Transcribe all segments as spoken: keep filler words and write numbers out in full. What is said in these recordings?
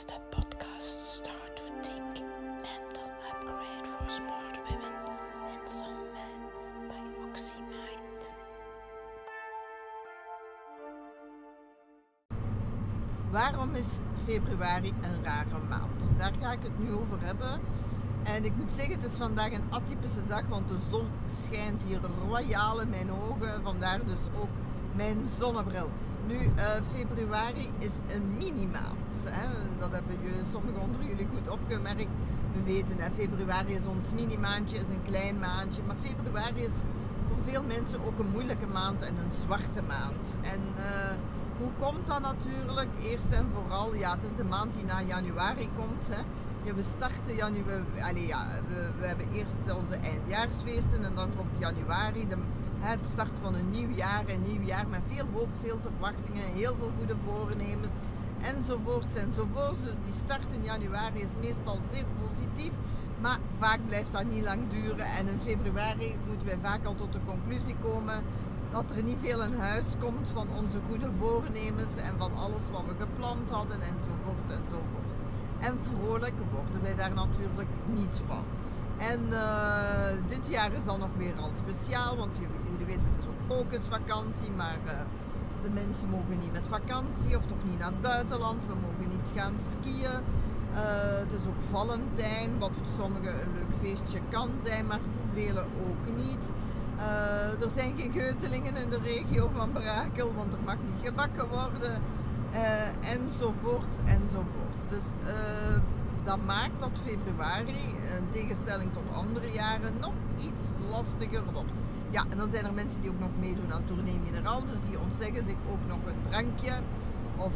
is de podcast Start to Think Mental Upgrade for Smart Women and Some Men by Oxymind. Waarom is februari een rare maand? Daar ga ik het nu over hebben. En ik moet zeggen, het is vandaag een atypische dag, want de zon schijnt hier royaal in mijn ogen. Vandaar dus ook mijn zonnebril. Nu, uh, februari is een mini-maand. Hè? Dat hebben je, sommigen onder jullie goed opgemerkt. We weten, hè, februari is ons mini-maandje, is een klein maandje. Maar februari is voor veel mensen ook een moeilijke maand en een zwarte maand. En uh, hoe komt dat natuurlijk? Eerst en vooral, ja, het is de maand die na januari komt. Hè? Ja, we starten januari, allez, ja, we, we hebben eerst onze eindjaarsfeesten en dan komt januari, de, het start van een nieuw jaar, een nieuw jaar met veel hoop, veel verwachtingen, heel veel goede voornemens enzovoorts enzovoorts. Dus die start in januari is meestal zeer positief, maar vaak blijft dat niet lang duren en in februari moeten wij vaak al tot de conclusie komen dat er niet veel in huis komt van onze goede voornemens en van alles wat we gepland hadden enzovoorts enzovoorts. En vrolijk worden wij daar natuurlijk niet van. En uh, dit jaar is dan nog weer al speciaal, want jullie weten het is ook focusvakantie, maar uh, de mensen mogen niet met vakantie of toch niet naar het buitenland, we mogen niet gaan skiën. Uh, het is ook Valentijn, wat voor sommigen een leuk feestje kan zijn, maar voor velen ook niet. Uh, er zijn geen geutelingen in de regio van Brakel, want er mag niet gebakken worden. Uh, enzovoort enzovoort. Dus uh, dat maakt dat februari, in tegenstelling tot andere jaren, nog iets lastiger wordt. Ja, en dan zijn er mensen die ook nog meedoen aan Tournee Mineraal, dus die ontzeggen zich ook nog een drankje. Of,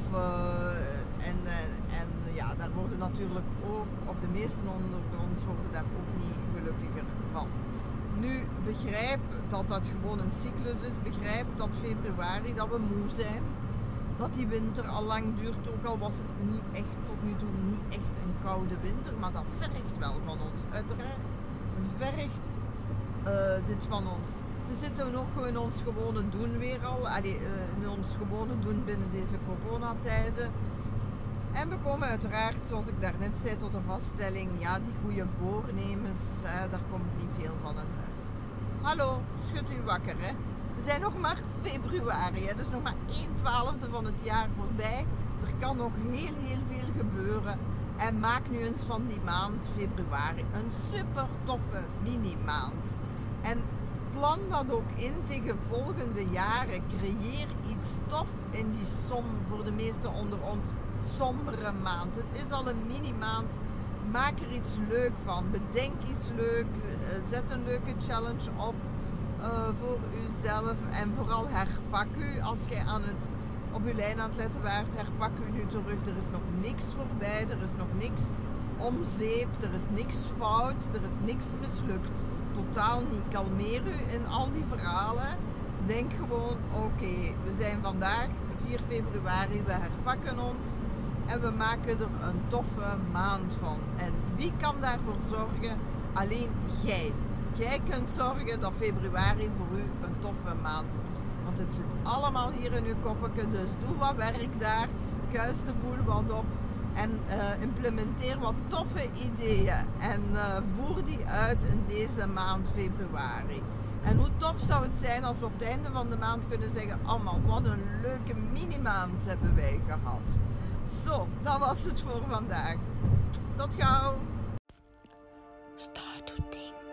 uh, en, uh, en ja, daar worden natuurlijk ook, of de meesten onder ons worden daar ook niet gelukkiger van. Nu, begrijp dat dat gewoon een cyclus is, begrijp dat februari, dat we moe zijn. Dat die winter al lang duurt, ook al was het niet echt, tot nu toe niet echt een koude winter, maar dat vergt wel van ons. Uiteraard vergt uh, dit van ons. We zitten ook in ons gewone doen weer al, allee, uh, in ons gewone doen binnen deze coronatijden. En we komen uiteraard, zoals ik daarnet zei, tot de vaststelling, ja, die goede voornemens, uh, daar komt niet veel van in huis. Hallo, schud u wakker, hè. We zijn nog maar februari, hè? Dus nog maar een twaalfde van het jaar voorbij. Er kan nog heel, heel veel gebeuren. En maak nu eens van die maand februari een super toffe mini-maand. En plan dat ook in tegen volgende jaren. Creëer iets tof in die som, voor de meesten onder ons, sombere maand. Het is al een mini-maand. Maak er iets leuk van. Bedenk iets leuk. Zet een leuke challenge op. Uh, voor uzelf en vooral herpak u als jij aan het, op uw lijn aan het letten waart, herpak u nu terug. Er is nog niks voorbij, er is nog niks om zeep, er is niks fout, er is niks mislukt. Totaal niet. Kalmeer u in al die verhalen. Denk gewoon, oké, okay, we zijn vandaag vier februari, we herpakken ons en we maken er een toffe maand van. En wie kan daarvoor zorgen? Alleen jij. Jij kunt zorgen dat februari voor u een toffe maand wordt. Want het zit allemaal hier in uw koppetje, dus doe wat werk daar, kuis de boel wat op en uh, implementeer wat toffe ideeën en uh, voer die uit in deze maand februari. En hoe tof zou het zijn als we op het einde van de maand kunnen zeggen, oh man, wat een leuke mini-maand hebben wij gehad. Zo, dat was het voor vandaag. Tot gauw. Start to Think.